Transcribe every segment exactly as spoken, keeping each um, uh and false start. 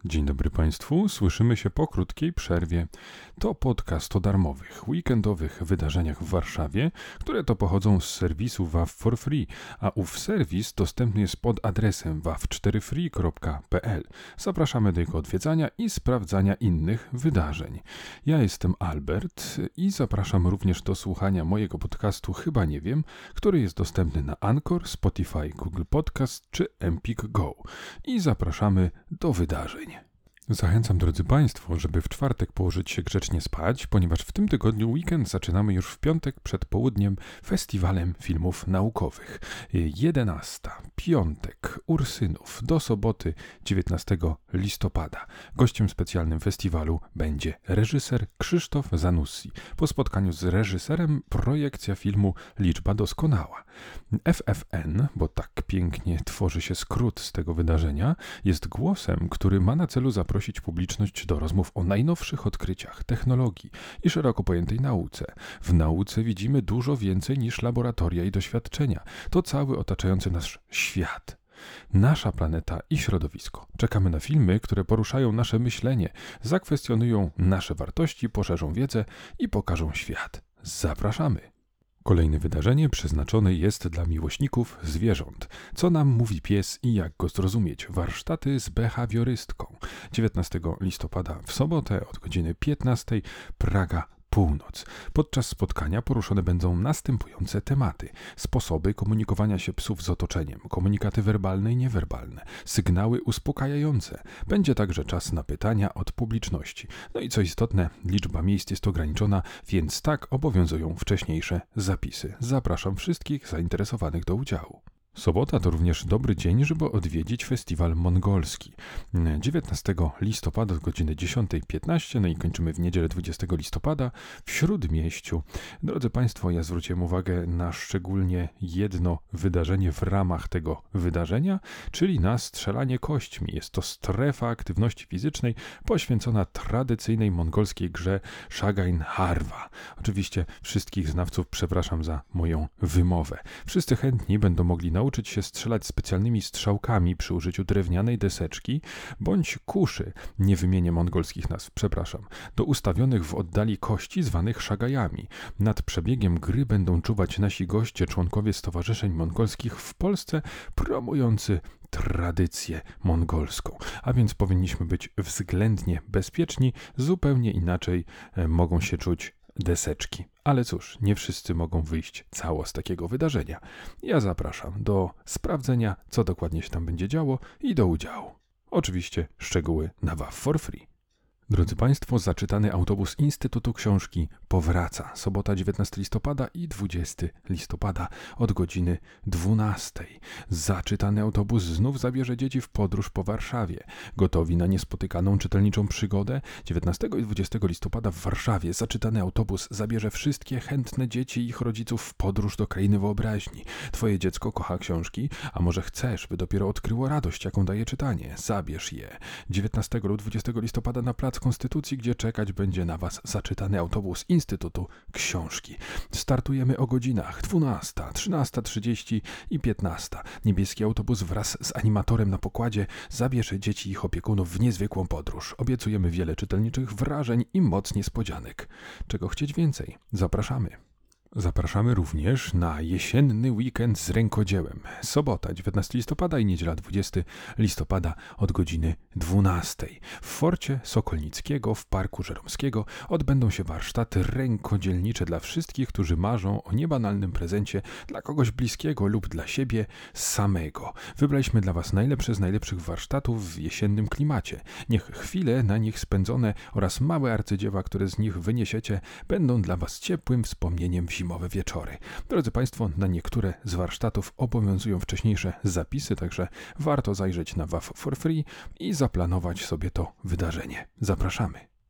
Dzień dobry Państwu, słyszymy się po krótkiej przerwie. To podcast o darmowych, weekendowych wydarzeniach w Warszawie, które to pochodzą z serwisu W A W for Free, a ów serwis dostępny jest pod adresem w a w cztery free kropka p l. Zapraszamy do jego odwiedzania i sprawdzania innych wydarzeń. Ja jestem Albert i zapraszam również do słuchania mojego podcastu Chyba Nie Wiem, który jest dostępny na Anchor, Spotify, Google Podcast czy Empik Go. I zapraszamy do wydarzeń. Zachęcam, drodzy Państwo, żeby w czwartek położyć się grzecznie spać, ponieważ w tym tygodniu weekend zaczynamy już w piątek przed południem festiwalem filmów naukowych. jedenasta, piątek, Ursynów, do soboty dziewiętnastego listopada. Gościem specjalnym festiwalu będzie reżyser Krzysztof Zanussi. Po spotkaniu z reżyserem projekcja filmu Liczba doskonała. F F N, bo tak pięknie tworzy się skrót z tego wydarzenia, jest głosem, który ma na celu zaprosić Prosić publiczność do rozmów o najnowszych odkryciach, technologii i szeroko pojętej nauce. W nauce widzimy dużo więcej niż laboratoria i doświadczenia. To cały otaczający nas świat. Nasza planeta i środowisko. Czekamy na filmy, które poruszają nasze myślenie, zakwestionują nasze wartości, poszerzą wiedzę i pokażą świat. Zapraszamy! Kolejne wydarzenie przeznaczone jest dla miłośników zwierząt. Co nam mówi pies i jak go zrozumieć? Warsztaty z behawiorystką. dziewiętnastego listopada w sobotę od godziny piętnastej Praga Północ. Podczas spotkania poruszone będą następujące tematy. Sposoby komunikowania się psów z otoczeniem, komunikaty werbalne i niewerbalne, sygnały uspokajające. Będzie także czas na pytania od publiczności. No i co istotne, liczba miejsc jest ograniczona, więc tak obowiązują wcześniejsze zapisy. Zapraszam wszystkich zainteresowanych do udziału. Sobota to również dobry dzień, żeby odwiedzić festiwal mongolski. dziewiętnastego listopada od godziny dziesiątej piętnaście, no i kończymy w niedzielę dwudziestego listopada w Śródmieściu. Drodzy Państwo, ja zwróciłem uwagę na szczególnie jedno wydarzenie w ramach tego wydarzenia, czyli na strzelanie kośćmi. Jest to strefa aktywności fizycznej poświęcona tradycyjnej mongolskiej grze Shagain Harva. Oczywiście wszystkich znawców przepraszam za moją wymowę. Wszyscy chętni będą mogli nauczyć nauczyć się strzelać specjalnymi strzałkami przy użyciu drewnianej deseczki bądź kuszy, nie wymienię mongolskich nazw, przepraszam, do ustawionych w oddali kości zwanych szagajami. Nad przebiegiem gry będą czuwać nasi goście, członkowie stowarzyszeń mongolskich w Polsce, promujący tradycję mongolską, a więc powinniśmy być względnie bezpieczni, zupełnie inaczej e, mogą się czuć deseczki. Ale cóż, nie wszyscy mogą wyjść cało z takiego wydarzenia. Ja zapraszam do sprawdzenia, co dokładnie się tam będzie działo i do udziału. Oczywiście szczegóły na W A W for Free. Drodzy Państwo, zaczytany autobus Instytutu Książki powraca. Sobota dziewiętnastego listopada i dwudziestego listopada od godziny dwunastej. Zaczytany autobus znów zabierze dzieci w podróż po Warszawie. Gotowi na niespotykaną czytelniczą przygodę? dziewiętnastego i dwudziestego listopada w Warszawie zaczytany autobus zabierze wszystkie chętne dzieci i ich rodziców w podróż do krainy wyobraźni. Twoje dziecko kocha książki, a może chcesz, by dopiero odkryło radość, jaką daje czytanie? Zabierz je. dziewiętnastego lub dwudziestego listopada na plac Konstytucji, gdzie czekać będzie na Was zaczytany autobus Instytutu Książki. Startujemy o godzinach dwunasta, trzynasta trzydzieści i piętnasta. Niebieski autobus wraz z animatorem na pokładzie zabierze dzieci i ich opiekunów w niezwykłą podróż. Obiecujemy wiele czytelniczych wrażeń i moc niespodzianek. Czego chcieć więcej? Zapraszamy. Zapraszamy również na jesienny weekend z rękodziełem. Sobota dziewiętnastego listopada i niedziela dwudziestego listopada od godziny dwunastej. W Forcie Sokolnickiego w Parku Żeromskiego odbędą się warsztaty rękodzielnicze dla wszystkich, którzy marzą o niebanalnym prezencie dla kogoś bliskiego lub dla siebie samego. Wybraliśmy dla Was najlepsze z najlepszych warsztatów w jesiennym klimacie. Niech chwile na nich spędzone oraz małe arcydzieła, które z nich wyniesiecie, będą dla Was ciepłym wspomnieniem w zimowe wieczory. Drodzy Państwo, na niektóre z warsztatów obowiązują wcześniejsze zapisy, także warto zajrzeć na W A W for Free i zaplanować sobie to wydarzenie. Zapraszamy.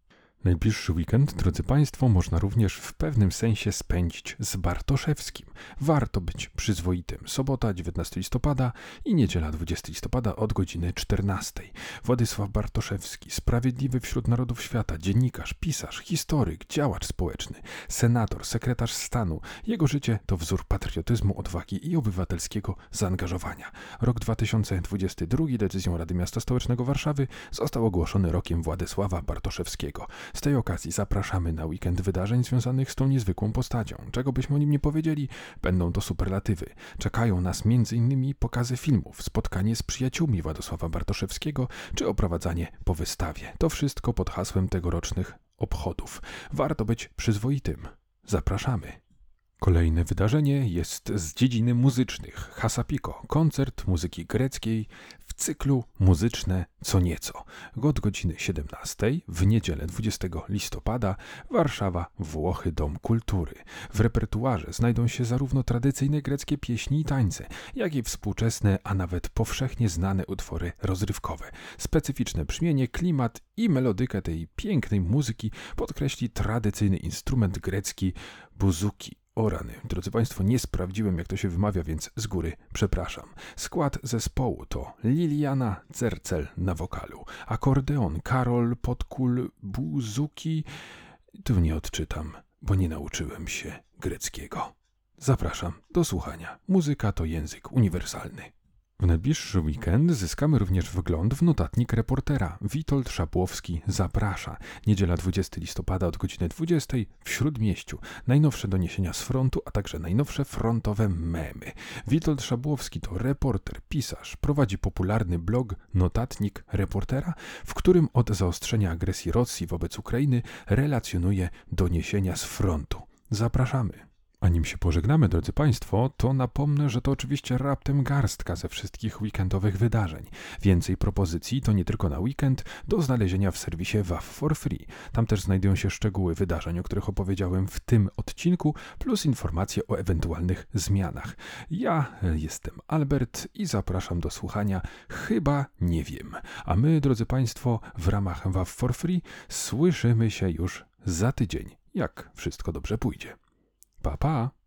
Najbliższy weekend, drodzy Państwo, można również w pewnym sensie spędzić z Bartoszewskim. Warto być przyzwoitym. Sobota, dziewiętnastego listopada i niedziela, dwudziestego listopada od godziny czternastej. Władysław Bartoszewski, sprawiedliwy wśród narodów świata, dziennikarz, pisarz, historyk, działacz społeczny, senator, sekretarz stanu. Jego życie to wzór patriotyzmu, odwagi i obywatelskiego zaangażowania. Rok dwa tysiące dwudziesty drugi decyzją Rady Miasta Stołecznego Warszawy został ogłoszony rokiem Władysława Bartoszewskiego. Z tej okazji zapraszamy na weekend wydarzeń związanych z tą niezwykłą postacią. Czego byśmy o nim nie powiedzieli, będą to superlatywy. Czekają nas między innymi pokazy filmów, spotkanie z przyjaciółmi Władysława Bartoszewskiego czy oprowadzanie po wystawie. To wszystko pod hasłem tegorocznych obchodów. Warto być przyzwoitym. Zapraszamy. Kolejne wydarzenie jest z dziedziny muzycznych. Hasapiko, koncert muzyki greckiej w cyklu Muzyczne co nieco. Od godziny siedemnastej w niedzielę dwudziestego listopada Warszawa, Włochy, Dom Kultury. W repertuarze znajdą się zarówno tradycyjne greckie pieśni i tańce, jak i współczesne, a nawet powszechnie znane utwory rozrywkowe. Specyficzne brzmienie, klimat i melodykę tej pięknej muzyki podkreśli tradycyjny instrument grecki buzuki. O rany, drodzy Państwo, nie sprawdziłem, jak to się wymawia, więc z góry przepraszam. Skład zespołu to Liliana Zercel na wokalu, akordeon Karol Podkul buzuki. Tu nie odczytam, bo nie nauczyłem się greckiego. Zapraszam do słuchania. Muzyka to język uniwersalny. W najbliższy weekend zyskamy również wgląd w notatnik reportera. Witold Szabłowski zaprasza. Niedziela dwudziestego listopada od godziny dwudziestej w Śródmieściu. Najnowsze doniesienia z frontu, a także najnowsze frontowe memy. Witold Szabłowski to reporter, pisarz. Prowadzi popularny blog Notatnik Reportera, w którym od zaostrzenia agresji Rosji wobec Ukrainy relacjonuje doniesienia z frontu. Zapraszamy. A nim się pożegnamy, drodzy Państwo, to napomnę, że to oczywiście raptem garstka ze wszystkich weekendowych wydarzeń. Więcej propozycji to nie tylko na weekend, do znalezienia w serwisie W A V for Free. Tam też znajdują się szczegóły wydarzeń, o których opowiedziałem w tym odcinku, plus informacje o ewentualnych zmianach. Ja jestem Albert i zapraszam do słuchania Chyba nie wiem. A my, drodzy Państwo, w ramach W A V for Free słyszymy się już za tydzień, jak wszystko dobrze pójdzie. Pa, pa!